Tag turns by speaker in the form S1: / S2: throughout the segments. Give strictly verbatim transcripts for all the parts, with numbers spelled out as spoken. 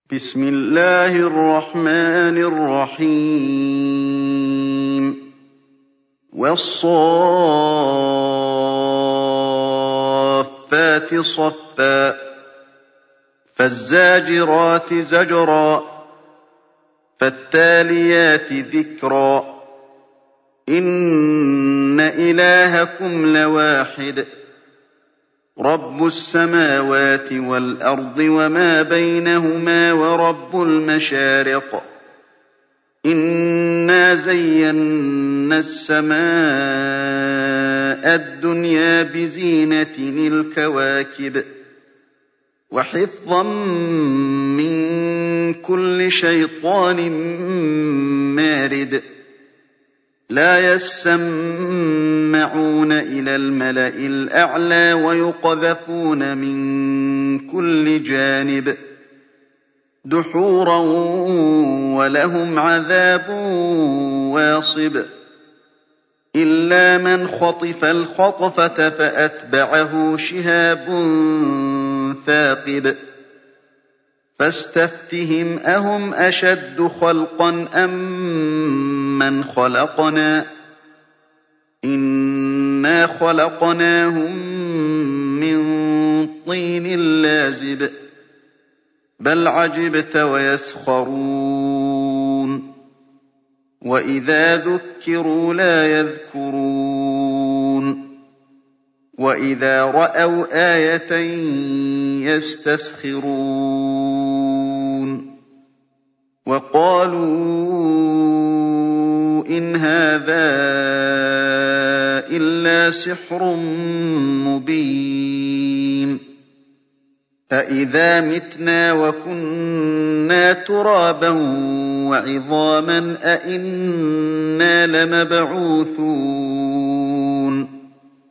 S1: بسم الله الرحمن الرحيم والصافات صفا فالزاجرات زجرا فالتاليات ذكرا إن إلهكم لواحد رب السماوات والأرض وما بينهما ورب المشارق إنا زينا السماء الدنيا بزينة الكواكب وحفظا من كل شيطان مارد لا يسمعون إلى الملأ الأعلى ويقذفون من كل جانب دحورا ولهم عذاب واصب إلا من خطف الخطفة فأتبعه شهاب ثاقب فاستفتهم أهم أشد خلقا أم من خلقنا إنا خلقناهم من طين لازب بل عجبت ويسخرون وإذا ذكروا لا يذكرون وإذا رأوا آية يستسخرون وقالوا إن هذا إلا سحر مبين أإذا متنا وكنا ترابا وعظاما أإنا لمبعوثون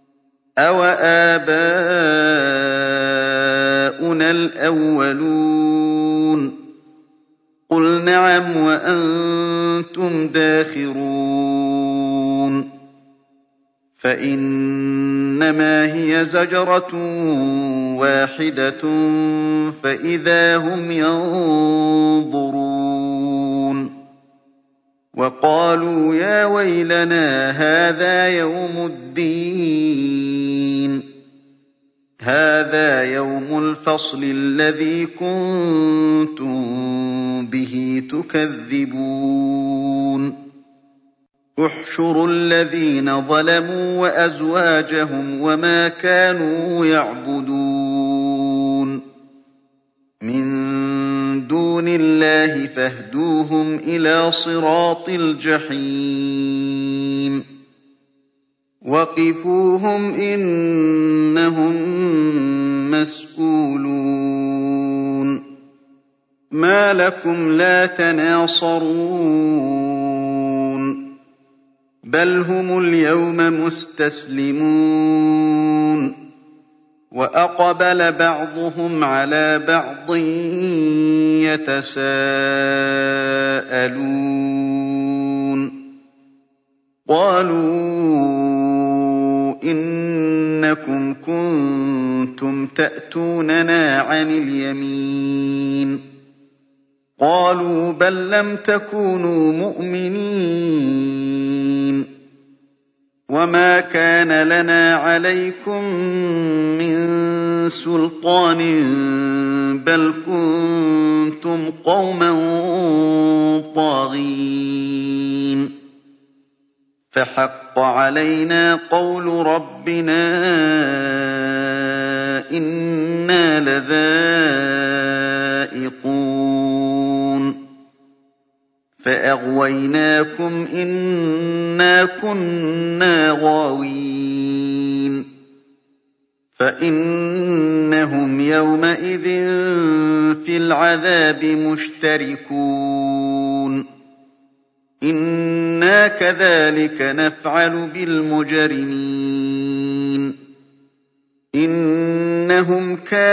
S1: أوآباؤنا الأولون قل نعم وأنتم داخرون فإنما هي زجرة واحدة فإذا هم ينظرون وقالوا يا ويلنا هذا يوم الدين هذا يوم الفصل الذي كنتم به تكذبون احشروا الذين ظلموا وأزواجهم وما كانوا يعبدون من دون الله فاهدوهم إلى صراط الجحيم وقفوهم إنهم مسئولون ما لكم لا تناصرون بل هم اليوم مستسلمون وأقبل بعضهم على بعض يتساءلون قالوا إنكم كنتم تأتوننا عن اليمين قالوا بل لم تكونوا مؤمنين وما كان لنا عليكم من سلطان بل كنتم قوما طاغين فحق علينا قول ربنا إنا لذائقون فأغويناكم إنا كنا غاوين فإنهم يومئذ في العذاب مشتركون إنا كذلك نفعل بالمجرمين إنهم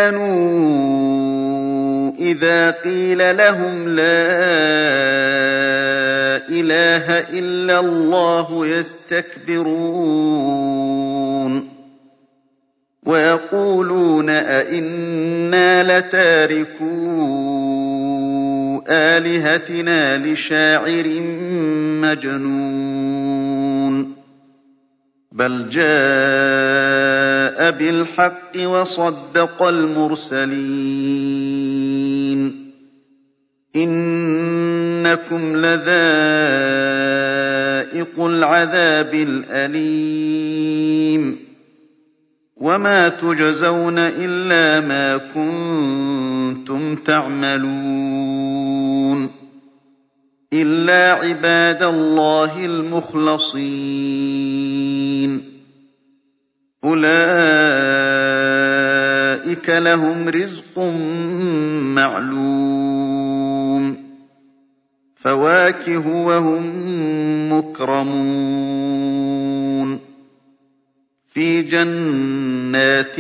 S1: كانوا إذا قيل لهم لا إله إلا الله يستكبرون ويقولون أئنا لتاركو آلهتنا لشاعر مجنون بل جاء بالحق وصدق المرسلين إنكم لذائق العذاب الأليم وما تجزون إلا ما كنتم تعملون إلا عباد الله المخلصين أولئك لهم رزق معلوم فواكه وهم مكرمون في جنات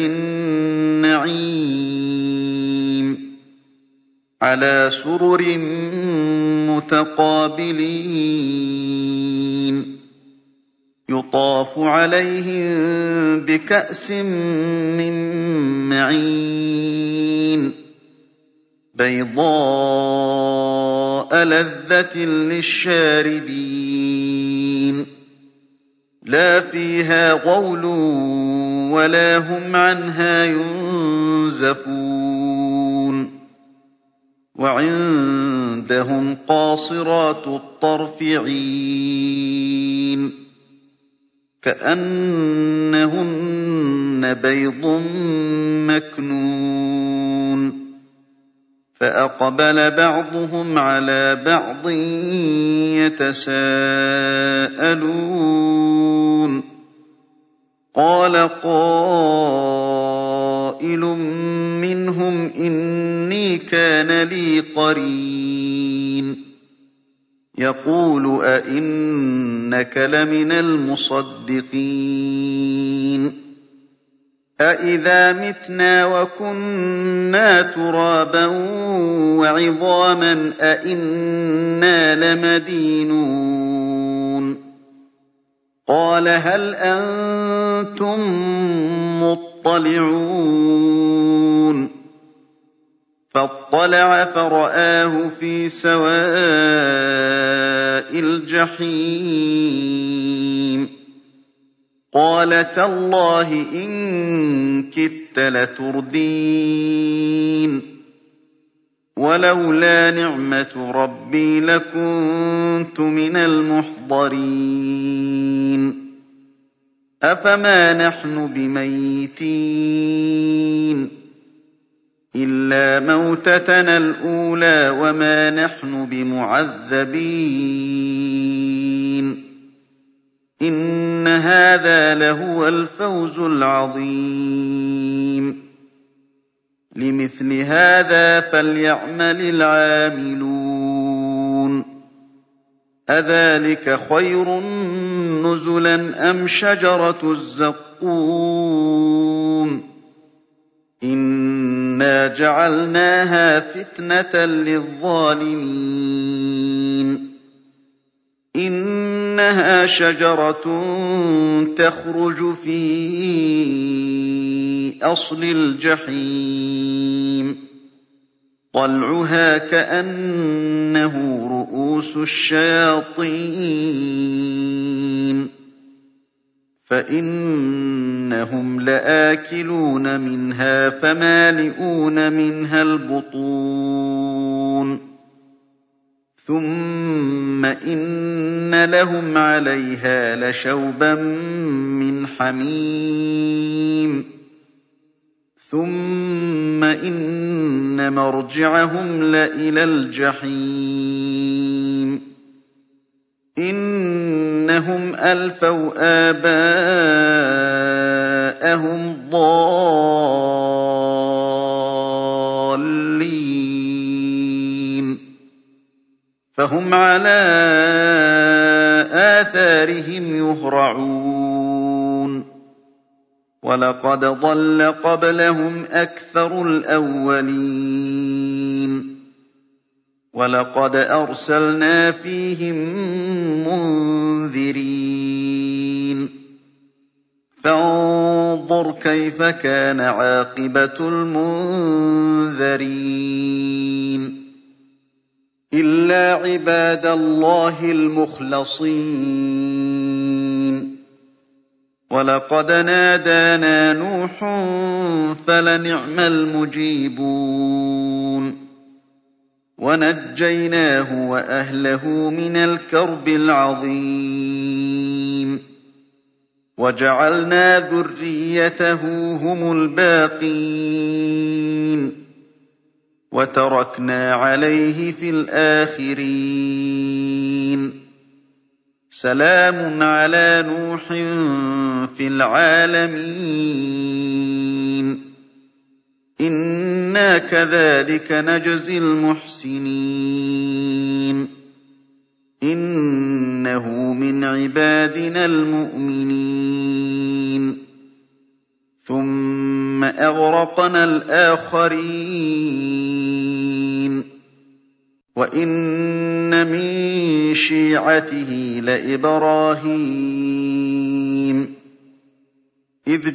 S1: النعيم على سرر متقابلين يطاف عليهم بكأس من معين بيضاء لذة للشاربين لا فيها غول ولا هم عنها ينزفون وعندهم قاصرات الطرف عين كأنهن بيض مكنون فأقبل بعضهم على بعض يتساءلون قال قائل منهم إني كان لي قرين يقول أئنك لمن المصدقين أئذا متنا وكنا ترابا وعظاما أئنا لمدينون قال هل أنتم مطلعون فاطلع فرآه في سواء الجحيم قال تالله إن كدت لتردين ولولا نعمة ربي لكنت من المحضرين أفما نحن بميتين إلا موتتنا الأولى وما نحن بمعذبين إن هذا لهو الفوز العظيم لمثل هذا فليعمل العاملون أذلك خير نزلا أم شجرة الزقوم إنا جعلناها فتنة للظالمين إنها شجرة تخرج في أصل الجحيم طلعها كأنه رؤوس الشياطين فإنهم لآكلون منها فمالئون منها البطون ثم إن لهم عليها لشوبا من حميم ثم إن مرجعهم لإلى الجحيم إنهم ألفوا آباءهم ضالين فهم على آثارهم يهرعون ولقد ضل قبلهم أكثر الأولين ولقد أرسلنا فيهم منذرين فانظر كيف كان عاقبة المنذرين إِلَّا عِبَادَ اللَّهِ الْمُخْلَصِينَ وَلَقَدْ نَادَانَا نُوحٌ فَلَنِعْمَ الْمُجِيبُونَ وَنَجَّيْنَاهُ وَأَهْلَهُ مِنَ الْكَرْبِ الْعَظِيمِ وَجَعَلْنَا ذُرِّيَّتَهُ هُمُ الْبَاقِينَ وَتَرَكْنَا عَلَيْهِ فِي الْآخِرِينَ سَلَامٌ عَلَىٰ نُوحٍ فِي الْعَالَمِينَ إِنَّا كَذَٰلِكَ نَجْزِي الْمُحْسِنِينَ إِنَّهُ مِنْ عِبَادِنَا الْمُؤْمِنِينَ ثُمَّ أَغْرَقْنَا الْآخَرِينَ وَإِنَّ مِن شِيعَتِهِ لَإِبْرَاهِيمَ إِذْ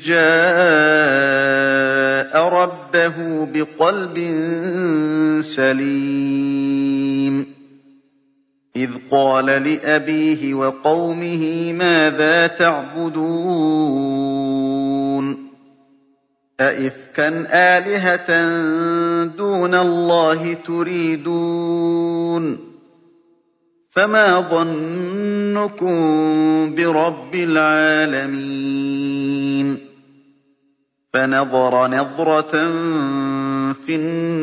S1: جَاءَ رَبَّهُ بِقَلْبٍ سَلِيمٍ إِذْ قَالَ لِأَبِيهِ وَقَوْمِهِ مَاذَا تَعْبُدُونَ أَئِفْكًا آلِهَةً دُونَ اللَّهِ تُرِيدُونَ فَمَا ظَنُّكُم بِرَبِّ الْعَالَمِينَ فَنَظَرَ نَظْرَةً فِي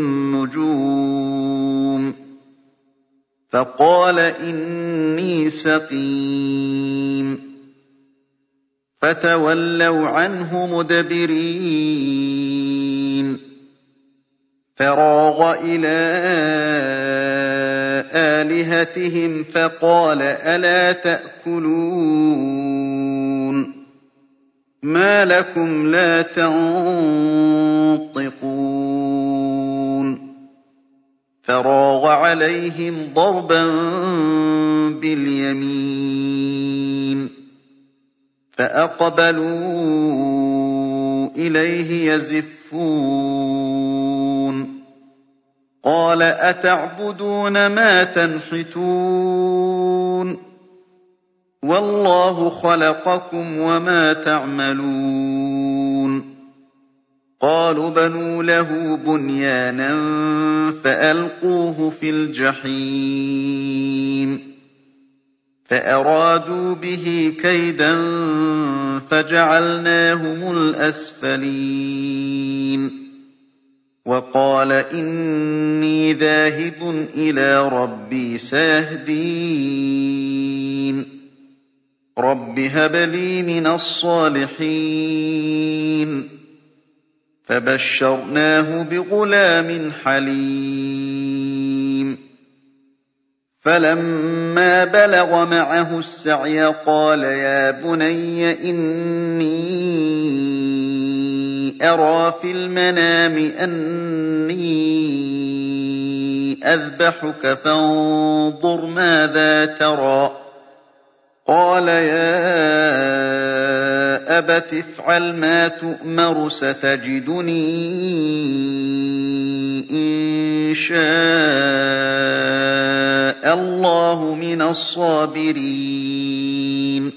S1: النُّجُومِ فَقَالَ إِنِّي سَقِيمٌ فَتَوَلَّوْا عَنْهُ مُدْبِرِينَ فَرَاغَ إِلَىٰ آلِهَتِهِمْ فَقَالَ أَلَا تَأْكُلُونَ مَا لَكُمْ لَا تَنطِقُونَ فَرَاغَ عَلَيْهِمْ ضَرْبًا بِالْيَمِينِ فَأَقْبَلُوا إِلَيْهِ يَزِفُّونَ قَالَ أَتَعْبُدُونَ مَا تَنْحِتُونَ وَاللَّهُ خَلَقَكُمْ وَمَا تَعْمَلُونَ قَالُوا ابْنُوا لَهُ بُنْيَانًا فَأَلْقُوهُ فِي الْجَحِيمِ فَأَرَادُوا بِهِ كَيْدًا فَجَعَلْنَاهُمُ الْأَسْفَلِينَ وَقَالَ إِنِّي ذَاهِبٌ إِلَىٰ رَبِّي سَيَهْدِينِ رَبِّ هَبْ لِي مِنَ الصَّالِحِينَ فَبَشَّرْنَاهُ بِغُلَامٍ حَلِيمٍ فَلَمَّا بَلَغَ مَعَهُ السَّعْيَ قَالَ يَا بُنَيَّ إِنِّي أَرَىٰ فِي الْمَنَامِ أَنِّي أَذْبَحُكَ فَانظُرْ مَاذَا تَرَىٰ قَالَ يَا أَبَتِ افْعَلْ مَا تُؤْمَرُ سَتَجِدُنِي إِن شَاءَ اللَّهُ مِنَ الصَّابِرِينَ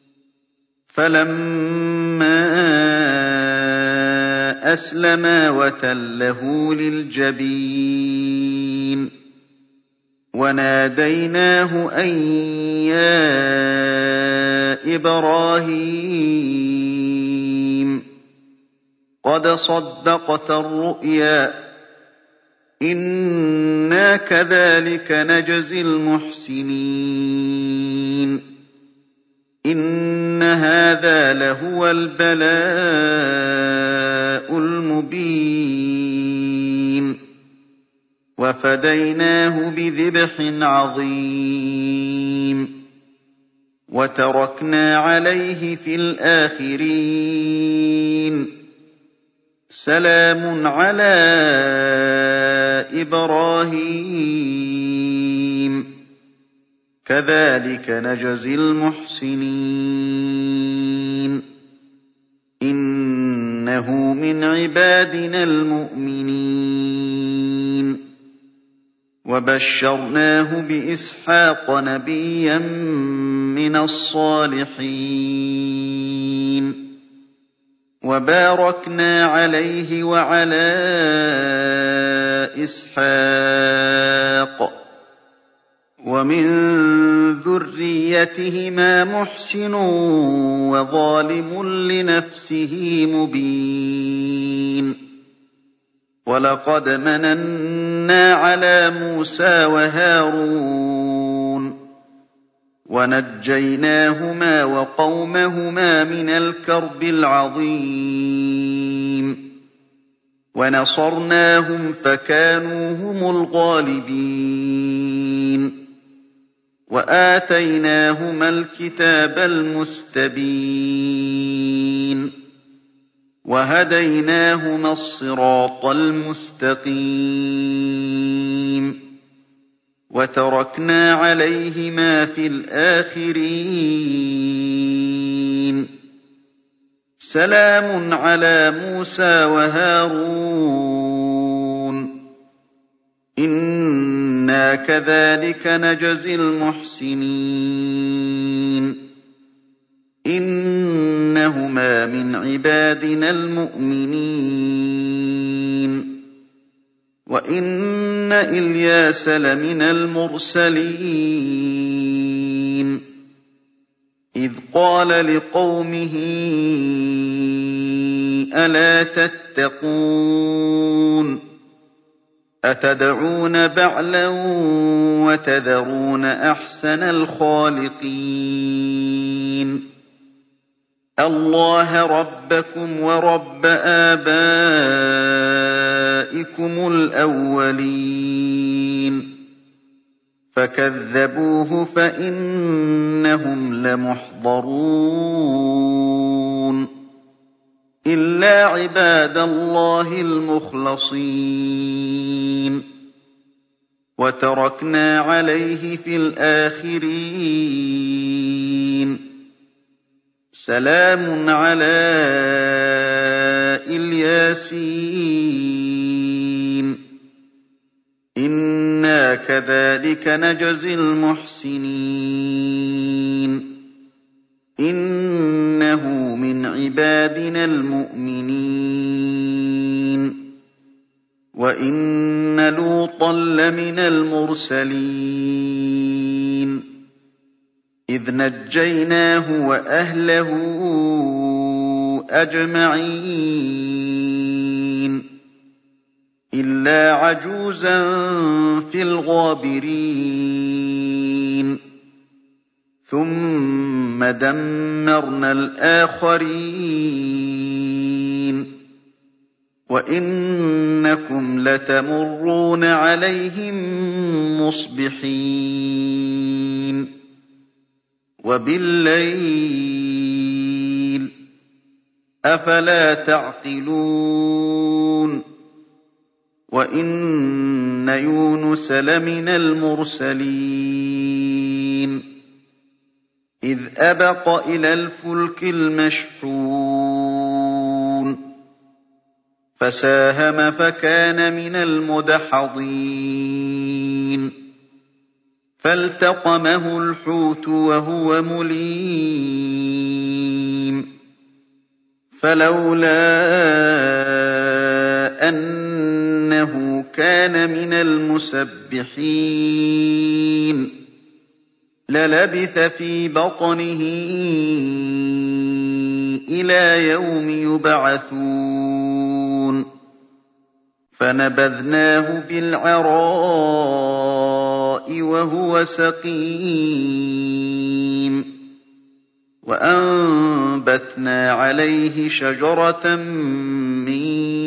S1: فَلَمَّا أَسْلَمَا وَتَلَّهُ لِلْجَبِينِ وَنَادَيْنَاهُ أَن يَا إِبْرَاهِيمُ قَدْ صَدَّقْتَ الرُّؤْيَا إِنَّا كَذَٰلِكَ نَجْزِي الْمُحْسِنِينَ إِنَّ هَٰذَا لَهُوَ الْبَلَاءُ الْمُبِينُ وَفَدَيْنَاهُ بِذِبْحٍ عَظِيمٍ وَتَرَكْنَا عَلَيْهِ فِي الْآخِرِينَ سَلَامٌ عَلَىٰ إِبْرَاهِيمَ كَذَٰلِكَ نَجْزِي الْمُحْسِنِينَ إِنَّهُ مِنْ عِبَادِنَا الْمُؤْمِنِينَ وَبَشَّرْنَاهُ بِإِسْحَاقَ نَبِيًّا مِّنَ الصَّالِحِينَ وَبَارَكْنَا عَلَيْهِ وَعَلَىٰ إِسْحَاقَ وَمِن ذُرِّيَّتِهِمَا مُحْسِنٌ وَظَالِمٌ لِّنَفْسِهِ مُبِينٌ وَلَقَدْ مَنَنَّا عَلَىٰ مُوسَىٰ وَهَارُونَ وَنَجَّيْنَاهُمَا وَقَوْمَهُمَا مِنَ الْكَرْبِ الْعَظِيمِ وَنَصَرْنَاهُمْ فَكَانُوا هُمُ الْغَالِبِينَ وَآتَيْنَاهُمَا الْكِتَابَ الْمُسْتَبِينَ وَهَدَيْنَاهُمَا الصِّرَاطَ الْمُسْتَقِيمَ وَتَرَكْنَا عَلَيْهِمَا فِي الْآخِرِينَ سَلَامٌ عَلَىٰ مُوسَىٰ وَهَارُونَ إِنَّا كَذَٰلِكَ نَجْزِي الْمُحْسِنِينَ إِنَّهُمَا مِنْ عِبَادِنَا الْمُؤْمِنِينَ وَإِنَّ إِلْيَاسَ لَمِنَ الْمُرْسَلِينَ إِذْ قَالَ لِقَوْمِهِ أَلَا تَتَّقُونَ أَتَدْعُونَ بَعْلًا وَتَذَرُونَ أَحْسَنَ الْخَالِقِينَ اللَّهَ رَبَّكُمْ وَرَبَّ آبَائِكُمُ الْأَوَّلِينَ فَكَذَّبُوهُ فَإِنَّهُمْ لَمُحْضَرُونَ إِلَّا عِبَادَ اللَّهِ الْمُخْلَصِينَ وَتَرَكْنَا عَلَيْهِ فِي الْآخِرِينَ سَلَامٌ عَلَىٰ الْيَاسِينَ إِنَّا كَذَٰلِكَ نَجْزِي الْمُحْسِنِينَ إِنَّهُ مِنْ عِبَادِنَا الْمُؤْمِنِينَ وَإِنَّ لُوطًا لَّمِنَ الْمُرْسَلِينَ إِذْ نَجَّيْنَاهُ وَأَهْلَهُ أَجْمَعِينَ إِلَّا عَجُوزًا فِي الْغَابِرِينَ ثُمَّ دَمَّرْنَا الْآخَرِينَ وَإِنَّكُمْ لَتَمُرُّونَ عَلَيْهِم مُّصْبِحِينَ وَبِاللَّيْلِ ۗ أَفَلَا تَعْقِلُونَ وَإِنَّ يُونُسَ لَمِنَ الْمُرْسَلِينَ إِذْ أَبَقَ إِلَى الْفُلْكِ الْمَشْحُونِ فَسَاهَمَ فَكَانَ مِنَ الْمُدْحَضِينَ فَالْتَقَمَهُ الْحُوتُ وَهُوَ مُلِيمٌ فَلَوْلَا أَنَّهُ كَانَ مِنَ الْمُسَبِّحِينَ لَلَبِثَ فِي بَطْنِهِ إِلَىٰ يَوْمِ يُبْعَثُونَ فَنَبَذْنَاهُ بِالْعَرَاءِ وَهُوَ سَقِيمٌ وَأَنبَتْنَا عَلَيْهِ شَجَرَةً مِّن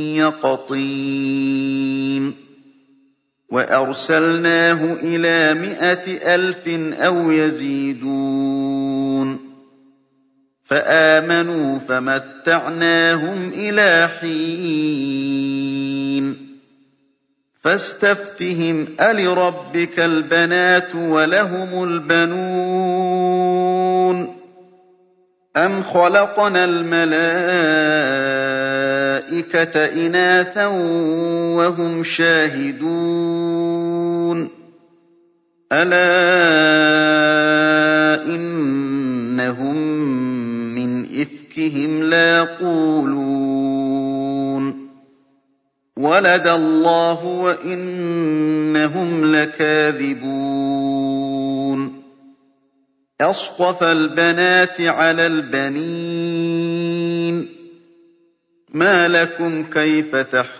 S1: يَقْطِينٍ وَأَرْسَلْنَاهُ إِلَىٰ مِائَةِ أَلْفٍ أَوْ يَزِيدُونَ فَآمَنُوا فَمَتَّعْنَاهُمْ إِلَىٰ حِينٍ فَاسْتَفْتِهِمْ أَلِرَبِّكَ الْبَنَاتُ وَلَهُمُ الْبَنُونَ أَمْ خَلَقْنَا الْمَلَائِكَةَ إِنَاثًا وَهُمْ شَاهِدُونَ أَلَا إِنَّهُم مِّنْ إِفْكِهِمْ لَيَقُولُونَ وَلَدَ اللَّهُ وَإِنَّهُمْ لَكَاذِبُونَ أَصْطَفَى الْبَنَاتِ عَلَى الْبَنِينَ مَا لَكُمْ كَيْفَ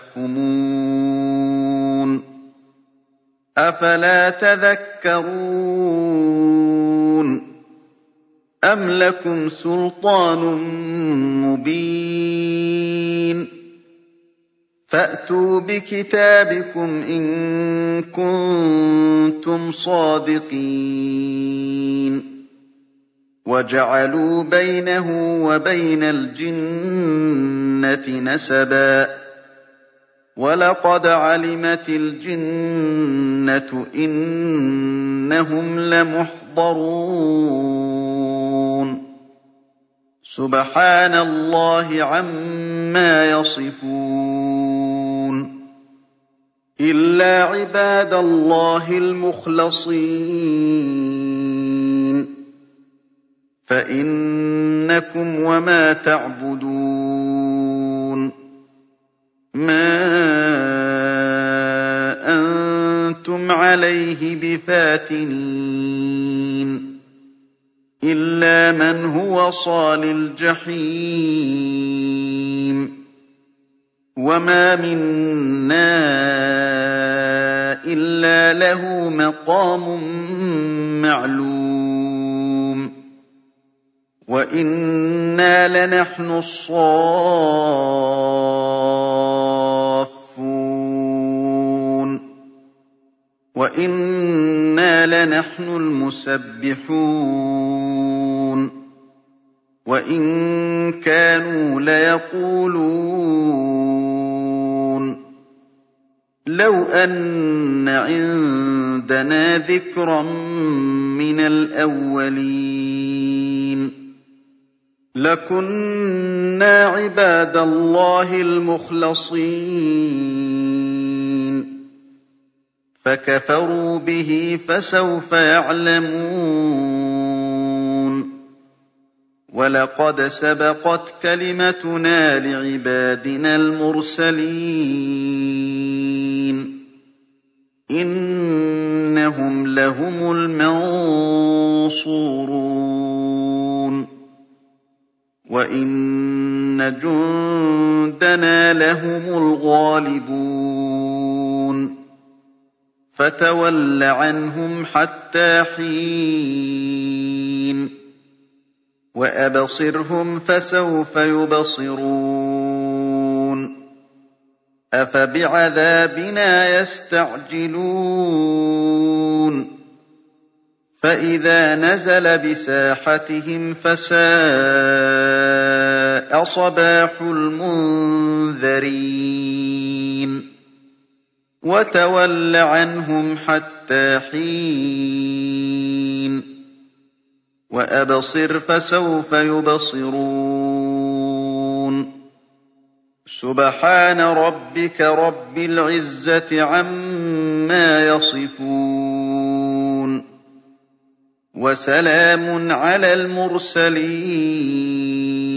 S1: تَحْكُمُونَ أَفَلَا تَذَكَّرُونَ أَمْ لَكُمْ سُلْطَانٌ مُّبِينٌ فَأْتُوا بِكِتَابِكُمْ إِن كُنتُمْ صَادِقِينَ وَجَعَلُوا بَيْنَهُ وَبَيْنَ الْجِنَّةِ نَسَبًا وَلَقَدْ عَلِمَتِ الْجِنَّةُ إِنَّهُمْ لَمُحْضَرُونَ سُبْحَانَ اللَّهِ عَمَّا يَصِفُونَ إِلَّا عِبَادَ اللَّهِ الْمُخْلَصِينَ فَإِنَّكُمْ وَمَا تَعْبُدُونَ مَا أَنتُمْ عَلَيْهِ بِفَاتِنِينَ إِلَّا مَنْ هُوَ صَالِ الْجَحِيمِ وَمَا مِنَّا إِلَّا لَهُ مَقَامٌ مَّعْلُومٌ وَإِنَّا لَنَحْنُ الصَّافُّونَ وَإِنَّا لَنَحْنُ الْمُسَبِّحُونَ وَإِن كَانُوا لَيَقُولُونَ لَوْ أَنَّ عِندَنَا ذِكْرًا مِّنَ الْأَوَّلِينَ لَكُنَّا عِبَادَ اللَّهِ الْمُخْلَصِينَ فَكَفَرُوا بِهِ فَسَوْفَ يَعْلَمُونَ وَلَقَدْ سَبَقَتْ كَلِمَتُنَا لِعِبَادِنَا الْمُرْسَلِينَ إِنَّهُمْ لَهُمُ الْمَنصُورُونَ وَإِنَّ جُندَنَا لَهُمُ الْغَالِبُونَ فَتَوَلَّ عَنْهُمْ حَتَّىٰ حِينٍ وَأَبْصِرْهُمْ فَسَوْفَ يُبْصِرُونَ أَفَبِعَذَابِنَا يَسْتَعْجِلُونَ فَإِذَا نَزَلَ بِسَاحَتِهِمْ فَسَاءَ صَبَاحُ الْمُنذَرِينَ وَتَوَلَّ عَنْهُمْ حَتَّىٰ حِينٍ وَأَبْصِرْ فَسَوْفَ يُبْصِرُونَ سُبْحَانَ رَبِّكَ رَبِّ الْعِزَّةِ عَمَّا يَصِفُونَ وَسَلَامٌ عَلَى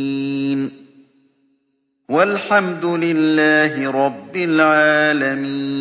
S1: الْمُرْسَلِينَ وَالْحَمْدُ لِلَّهِ رَبِّ الْعَالَمِينَ